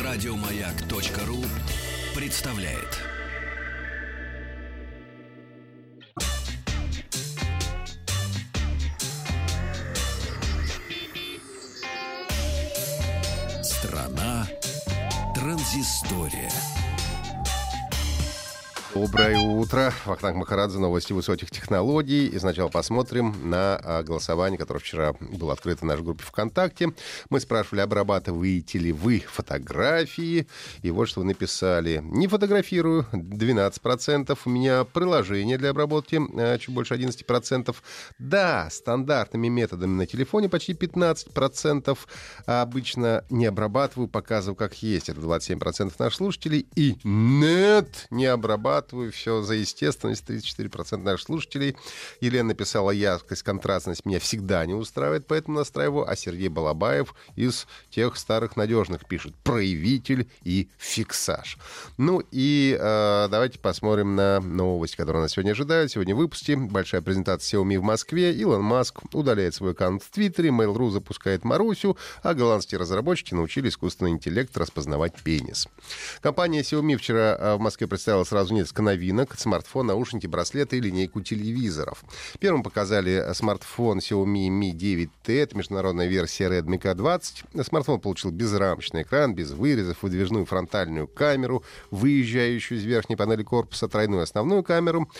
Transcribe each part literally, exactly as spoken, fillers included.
Радиомаяк.ру представляет. Страна транзистория. Доброе утро. Вахтанг Махарадзе, новости высоких технологий. И сначала посмотрим на голосование, которое вчера было открыто в нашей группе ВКонтакте. Мы спрашивали, обрабатываете ли вы фотографии. И вот что вы написали. Не фотографирую, двенадцать процентов. У меня приложение для обработки, чуть больше одиннадцать процентов. Да, стандартными методами на телефоне почти пятнадцать процентов. А обычно не обрабатываю, показываю как есть. Это двадцать семь процентов наших слушателей. И нет, не обрабатываю. Все за естественность. тридцать четыре процента наших слушателей. Елена написала, яркость, контрастность меня всегда не устраивает, поэтому настраиваю. А Сергей Балабаев из тех старых надежных пишет: проявитель и фиксаж. Ну и э, давайте посмотрим на новости, которые нас сегодня ожидают. Сегодня в выпуске большая презентация Xiaomi в Москве. Илон Маск удаляет свой аккаунт в Твиттере. Mail.ru запускает Марусю, а голландские разработчики научили искусственный интеллект распознавать пенис. Компания Xiaomi вчера в Москве представила сразу несколько новинок: смартфон, наушники, браслеты и линейку телевизоров. Первым показали смартфон Xiaomi Mi девять T, это международная версия Redmi K двадцать. Смартфон получил безрамочный экран, без вырезов, выдвижную фронтальную камеру, выезжающую из верхней панели корпуса, тройную основную камеру,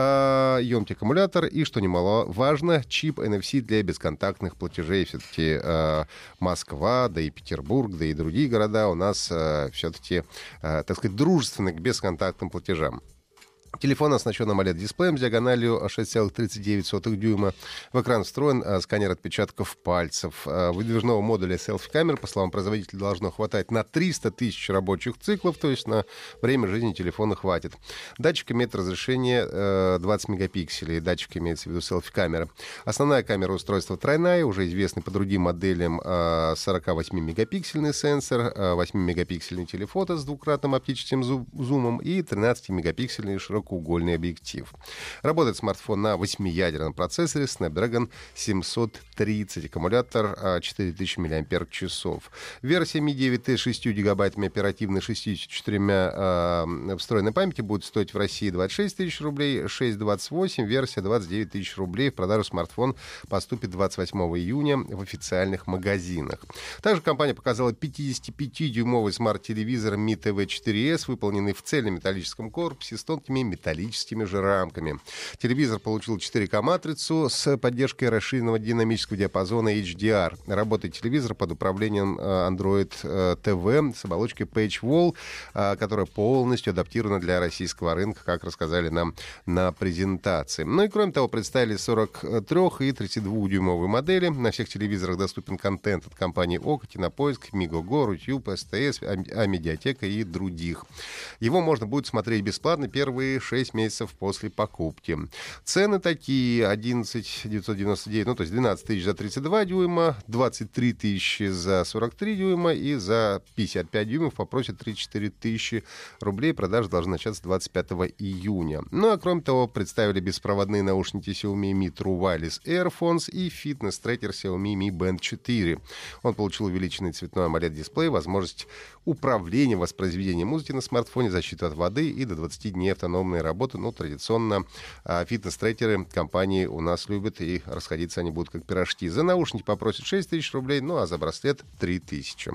э, емкий аккумулятор и, что немаловажно, чип эн эф си для бесконтактных платежей. Все-таки э, Москва, да и Петербург, да и другие города у нас э, все-таки, э, так сказать, дружественны к бесконтактным платежам. Телефон оснащен AMOLED-дисплеем с диагональю шесть целых тридцать девять сотых дюйма. В экран встроен а, сканер отпечатков пальцев. А, выдвижного модуля селфи-камер, по словам производителя, должно хватать на триста тысяч рабочих циклов, то есть на время жизни телефона хватит. Датчик имеет разрешение э, двадцать мегапикселей. Датчик имеется в виду селфи-камера. Основная камера устройства тройная, уже известный по другим моделям э, сорок восемь мегапиксельный сенсор, э, восемь мегапиксельный телефото с двукратным оптическим зу- зумом и тринадцать мегапиксельный широкий угольный объектив. Работает смартфон на восьмиядерном процессоре Snapdragon семьсот тридцать, аккумулятор четыре тысячи миллиампер-часов. Версия Mi девять T с шестью гигабайтами оперативной, шестьюдесятью четырьмя э, встроенной памяти будет стоить в России двадцать шесть тысяч рублей, шесть двадцать восемь, версия двадцать девять тысяч рублей. В продажу смартфон поступит двадцать восьмого июня в официальных магазинах. Также компания показала пятидесятипятидюймовый смарт-телевизор Mi ти ви четыре эс, выполненный в цельнометаллическом корпусе с тонкими металлическими же рамками. Телевизор получил четыре ка-матрицу с поддержкой расширенного динамического диапазона эйч ди ар. Работает телевизор под управлением Android ти ви с оболочкой PageWall, которая полностью адаптирована для российского рынка, как рассказали нам на презентации. Ну и кроме того, представили сорок три и тридцать два дюймовые модели. На всех телевизорах доступен контент от компании ОКО, Кинопоиск, Мигого, Рутюб, СТС, А-медиатека и других. Его можно будет смотреть бесплатно первые шесть месяцев после покупки. Цены такие: одиннадцать тысяч девятьсот девяносто девять, ну то есть двенадцать тысяч за тридцать два дюйма, двадцать три тысячи за сорок три дюйма и за пятьдесят пять дюймов попросят тридцать четыре тысячи рублей. Продажа должна начаться двадцать пятого июня. Ну а кроме того, представили беспроводные наушники Xiaomi Mi True Wireless Earphones и фитнес-трекер Xiaomi Mi Band четыре. Он получил увеличенный цветной AMOLED-дисплей, возможность управления воспроизведением музыки на смартфоне, защиту от воды и до двадцати дней автономной работы. Ну, традиционно а, фитнес-трекеры компании у нас любят, и расходиться они будут как пирожки. За наушники попросят шесть тысяч рублей, ну а за браслет три тысячи.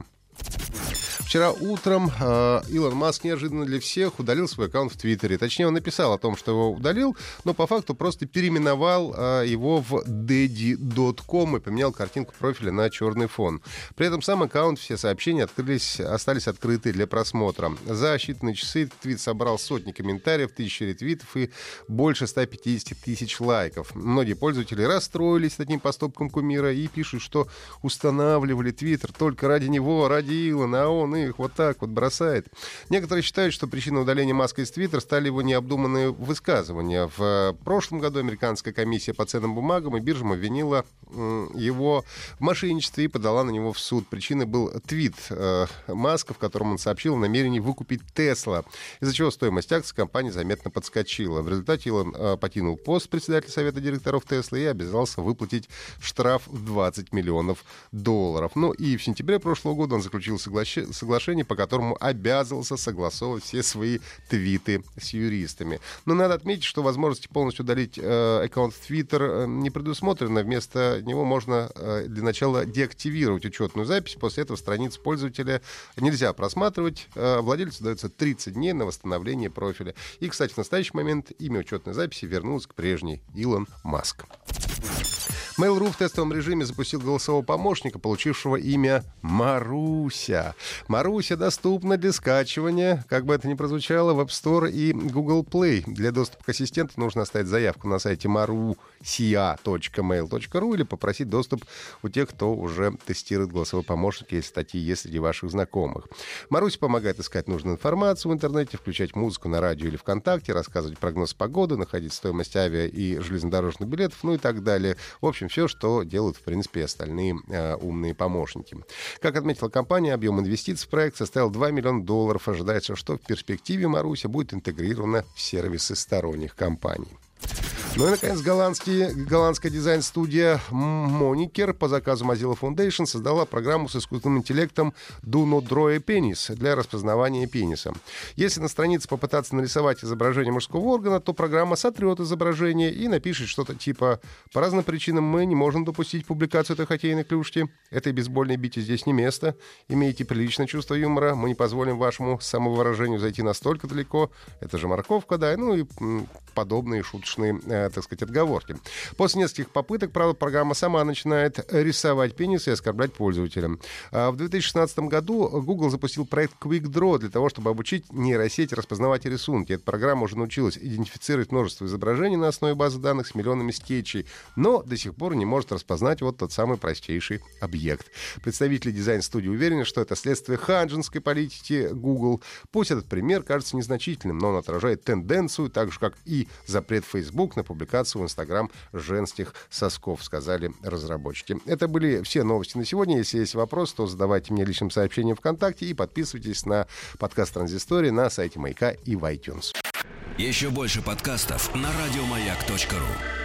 Вчера утром э, Илон Маск неожиданно для всех удалил свой аккаунт в Твиттере. Точнее, он написал о том, что его удалил, но по факту просто переименовал э, его в дэдди точка ком и поменял картинку профиля на черный фон. При этом сам аккаунт, все сообщения открылись, остались открыты для просмотра. За считанные часы твит собрал сотни комментариев, тысячи ретвитов и больше ста пятидесяти тысяч лайков. Многие пользователи расстроились таким поступком кумира и пишут, что устанавливали Твиттер только ради него, ради Илона, а он их вот так вот бросает. Некоторые считают, что причиной удаления Маска из Твиттера стали его необдуманные высказывания. В прошлом году американская комиссия по ценным бумагам и биржам обвинила его в мошенничестве и подала на него в суд. Причиной был твит э, Маска, в котором он сообщил о намерении выкупить Tesla, из-за чего стоимость акций компании заметно подскочила. В результате Илон э, покинул пост председателя совета директоров Tesla и обязался выплатить штраф в двадцать миллионов долларов. Ну и в сентябре прошлого года он заключил соглаш... соглашение, по которому обязывался согласовывать все свои твиты с юристами. Но надо отметить, что возможности полностью удалить э, аккаунт в Twitter не предусмотрено. Вместо него можно э, для начала деактивировать учетную запись. После этого страниц пользователя нельзя просматривать. Э, владельцу дается тридцать дней на восстановление профиля. И, кстати, в настоящий момент имя учетной записи вернулось к прежней. Илон Маск. Mail.ru в тестовом режиме запустил голосового помощника, получившего имя Маруся. Маруся доступна для скачивания, как бы это ни прозвучало, в App Store и Google Play. Для доступа к ассистенту нужно оставить заявку на сайте marusia точка mail точка ru или попросить доступ у тех, кто уже тестирует голосовой помощник, если статьи есть среди ваших знакомых. Маруся помогает искать нужную информацию в интернете, включать музыку на радио или ВКонтакте, рассказывать прогноз погоды, находить стоимость авиа и железнодорожных билетов, ну и так далее. В общем, все, что делают, в принципе, остальные э, умные помощники. Как отметила компания, объем инвестиций в проект составил два миллиона долларов. Ожидается, что в перспективе Маруся будет интегрирована в сервисы сторонних компаний. Ну и, наконец, голландский, голландская дизайн-студия Moniker по заказу Mozilla Foundation создала программу с искусственным интеллектом Do Not Draw a Penis для распознавания пениса. Если на странице попытаться нарисовать изображение мужского органа, то программа сотрет изображение и напишет что-то типа «По разным причинам мы не можем допустить публикацию этой хоккейной клюшки. Этой бейсбольной бите здесь не место. Имейте приличное чувство юмора. Мы не позволим вашему самовыражению зайти настолько далеко. Это же морковка, да». Ну и подобные шуточные, так сказать, отговорки. После нескольких попыток, правда, программа сама начинает рисовать пенис и оскорблять пользователя. В две тысячи шестнадцатом году Google запустил проект Quick Draw для того, чтобы обучить нейросеть распознавать рисунки. Эта программа уже научилась идентифицировать множество изображений на основе базы данных с миллионами скетчей, но до сих пор не может распознать вот тот самый простейший объект. Представители дизайн-студии уверены, что это следствие ханжинской политики Google. Пусть этот пример кажется незначительным, но он отражает тенденцию, так же, как и запрет Facebook на публикацию в Instagram женских сосков, сказали разработчики. Это были все новости на сегодня. Если есть вопрос, то задавайте мне личным сообщением ВКонтакте и подписывайтесь на подкаст «Транзистория» на сайте Маяка и в iTunes. Еще больше подкастов на радиомаяк точка ру.